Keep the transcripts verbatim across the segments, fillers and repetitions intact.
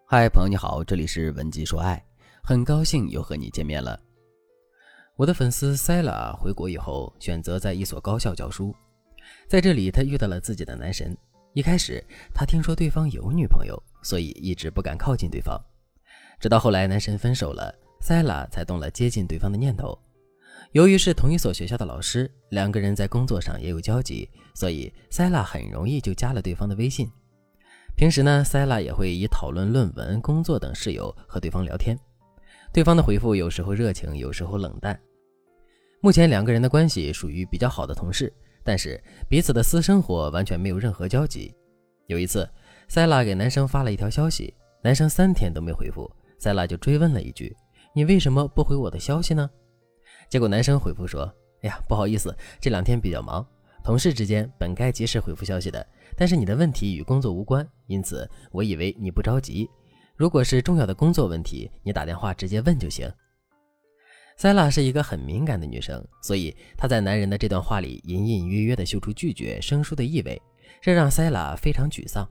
嗨，朋友你好，这里是文姬说爱，很高兴又和你见面了。我的粉丝 Sela 回国以后，选择在一所高校教书，在这里他遇到了自己的男神。一开始他听说对方有女朋友，所以一直不敢靠近对方，直到后来男神分手了， Sela 才动了接近对方的念头。由于是同一所学校的老师，两个人在工作上也有交集，所以 Sela 很容易就加了对方的微信。平时呢 Sela 也会以讨论论文、工作等事由和对方聊天，对方的回复有时候热情，有时候冷淡。目前两个人的关系属于比较好的同事，但是彼此的私生活完全没有任何交集。有一次 Sela 给男生发了一条消息，男生三天都没回复， Sela 就追问了一句，你为什么不回我的消息呢？结果男生回复说，哎呀，不好意思，这两天比较忙，同事之间本该及时回复消息的，但是你的问题与工作无关，因此我以为你不着急，如果是重要的工作问题，你打电话直接问就行。Sela 是一个很敏感的女生，所以她在男人的这段话里隐隐约约地嗅出拒绝生疏的意味，这让 Sela 非常沮丧。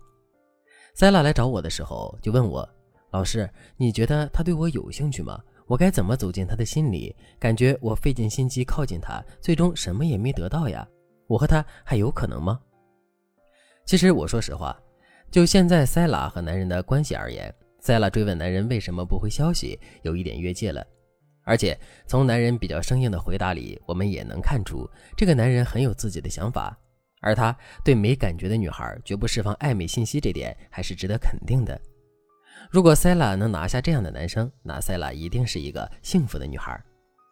Sela 来找我的时候就问我，老师，你觉得他对我有兴趣吗？我该怎么走进他的心里？感觉我费尽心机靠近他，最终什么也没得到呀，我和他还有可能吗？其实我说实话，就现在 Sela 和男人的关系而言， Sela 追问男人为什么不回消息有一点越界了。而且从男人比较生硬的回答里，我们也能看出这个男人很有自己的想法，而他对没感觉的女孩绝不释放暧昧信息，这点还是值得肯定的。如果 Sela 能拿下这样的男生，那 Sela 一定是一个幸福的女孩。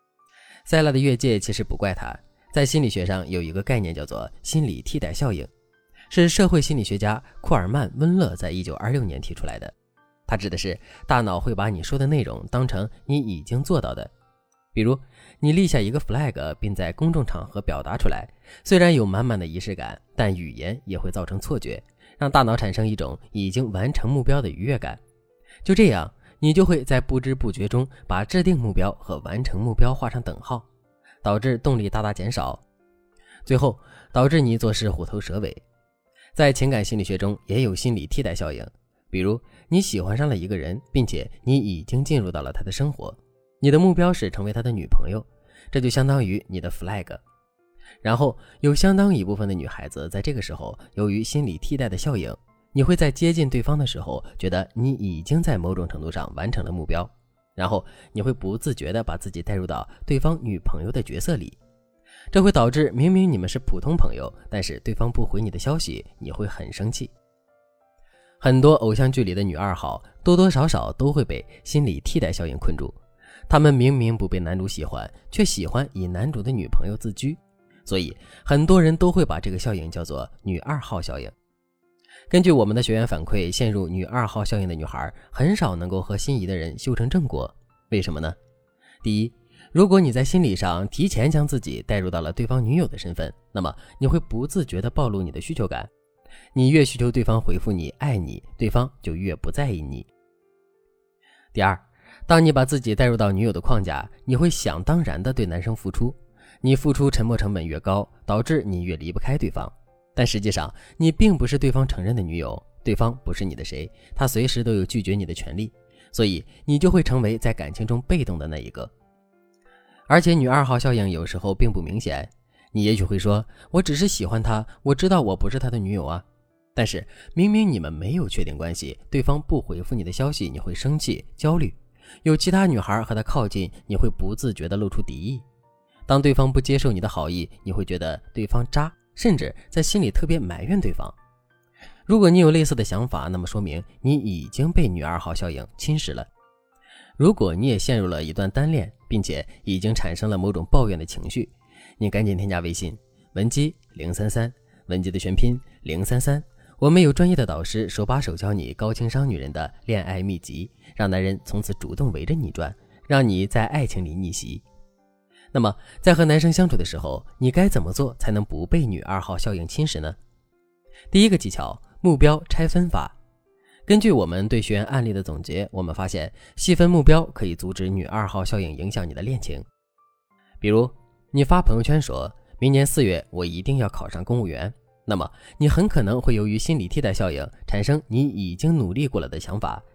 Sela 的越界其实不怪他，在心理学上有一个概念叫做心理替代效应，是社会心理学家库尔曼·温勒在一九二六年提出来的。它指的是大脑会把你说的内容当成你已经做到的。比如你立下一个 flag 并在公众场合表达出来，虽然有满满的仪式感，但语言也会造成错觉，让大脑产生一种已经完成目标的愉悦感。就这样，你就会在不知不觉中把制定目标和完成目标画上等号，导致动力大大减少，最后导致你做事虎头蛇尾。在情感心理学中也有心理替代效应，比如你喜欢上了一个人，并且你已经进入到了他的生活，你的目标是成为他的女朋友，这就相当于你的 flag。 然后有相当一部分的女孩子在这个时候，由于心理替代的效应，你会在接近对方的时候觉得你已经在某种程度上完成了目标，然后你会不自觉地把自己带入到对方女朋友的角色里，这会导致明明你们是普通朋友，但是对方不回你的消息，你会很生气。很多偶像剧里的女二号多多少少都会被心理替代效应困住，她们明明不被男主喜欢，却喜欢以男主的女朋友自居，所以很多人都会把这个效应叫做女二号效应。根据我们的学员反馈，陷入女二号效应的女孩很少能够和心仪的人修成正果。为什么呢？第一，如果你在心理上提前将自己带入到了对方女友的身份，那么你会不自觉地暴露你的需求感，你越需求对方回复你爱你，对方就越不在意你。第二，当你把自己带入到女友的框架，你会想当然地对男生付出，你付出沉没成本越高，导致你越离不开对方。但实际上你并不是对方承认的女友，对方不是你的谁，他随时都有拒绝你的权利，所以你就会成为在感情中被动的那一个。而且女二号效应有时候并不明显，你也许会说，我只是喜欢他，我知道我不是他的女友啊。但是明明你们没有确定关系，对方不回复你的消息，你会生气焦虑，有其他女孩和他靠近，你会不自觉地露出敌意。当对方不接受你的好意，你会觉得对方渣，甚至在心里特别埋怨对方。如果你有类似的想法，那么说明你已经被女二号效应侵蚀了。如果你也陷入了一段单恋，并且已经产生了某种抱怨的情绪，你赶紧添加微信文姬零三三，文姬的全拼零三三，我们有专业的导师手把手教你高情商女人的恋爱秘籍，让男人从此主动围着你转，让你在爱情里逆袭。那么在和男生相处的时候，你该怎么做才能不被女二号效应侵蚀呢？第一个技巧，目标拆分法。根据我们对学员案例的总结，我们发现细分目标可以阻止女二号效应影响你的恋情。比如你发朋友圈说明年四月我一定要考上公务员，那么你很可能会由于心理替代效应产生你已经努力过了的想法，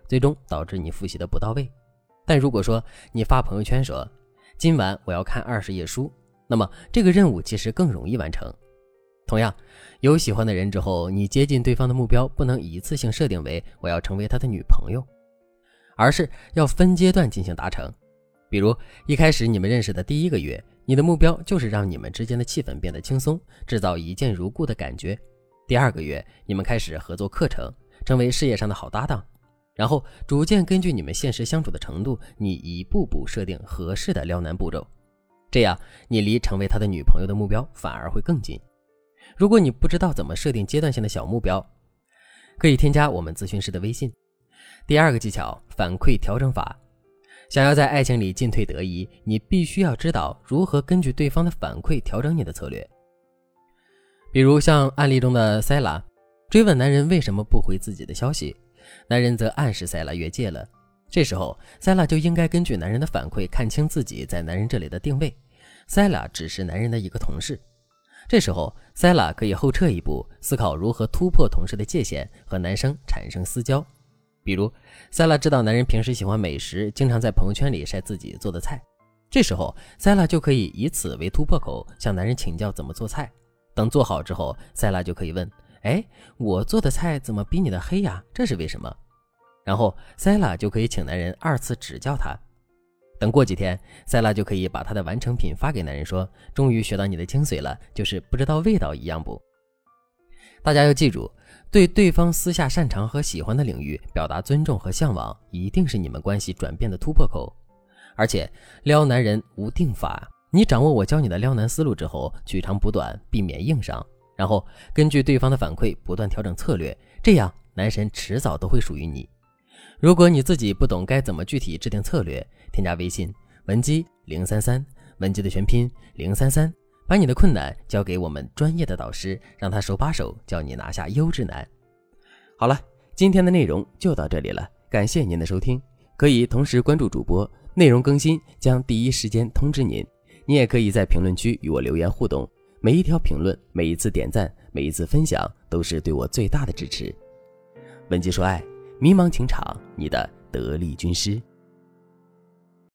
最终导致你复习的不到位。但如果说你发朋友圈说今晚我要看二十页书，那么这个任务其实更容易完成。同样，有喜欢的人之后，你接近对方的目标不能一次性设定为我要成为他的女朋友，而是要分阶段进行达成。比如一开始你们认识的第一个月，你的目标就是让你们之间的气氛变得轻松，制造一见如故的感觉。第二个月，你们开始合作课程，成为事业上的好搭档。然后逐渐根据你们现实相处的程度，你一步步设定合适的撩男步骤，这样你离成为他的女朋友的目标反而会更近。如果你不知道怎么设定阶段性的小目标，可以添加我们咨询师的微信。第二个技巧，反馈调整法。想要在爱情里进退得宜，你必须要知道如何根据对方的反馈调整你的策略。比如像案例中的塞拉，追问男人为什么不回自己的消息，男人则暗示塞拉越界了。这时候塞拉就应该根据男人的反馈看清自己在男人这里的定位，塞拉只是男人的一个同事。这时候塞拉可以后撤一步，思考如何突破同事的界限，和男生产生私交。比如塞拉知道男人平时喜欢美食，经常在朋友圈里晒自己做的菜，这时候塞拉就可以以此为突破口，向男人请教怎么做菜。等做好之后，塞拉就可以问，哎，我做的菜怎么比你的黑呀？这是为什么？然后塞拉就可以请男人二次指教他。等过几天，塞拉就可以把他的完成品发给男人说，终于学到你的精髓了，就是不知道味道一样不？大家要记住，对对方私下擅长和喜欢的领域表达尊重和向往，一定是你们关系转变的突破口。而且撩男人无定法，你掌握我教你的撩男思路之后，取长补短，避免硬伤，然后根据对方的反馈不断调整策略，这样男神迟早都会属于你。如果你自己不懂该怎么具体制定策略，添加微信文姬零三三，文姬的全拼零三三，把你的困难交给我们专业的导师，让他手把手教你拿下优质男。好了，今天的内容就到这里了，感谢您的收听。可以同时关注主播，内容更新将第一时间通知您。你也可以在评论区与我留言互动，每一条评论，每一次点赞，每一次分享，都是对我最大的支持。文姬说爱，迷茫情场，你的得力军师。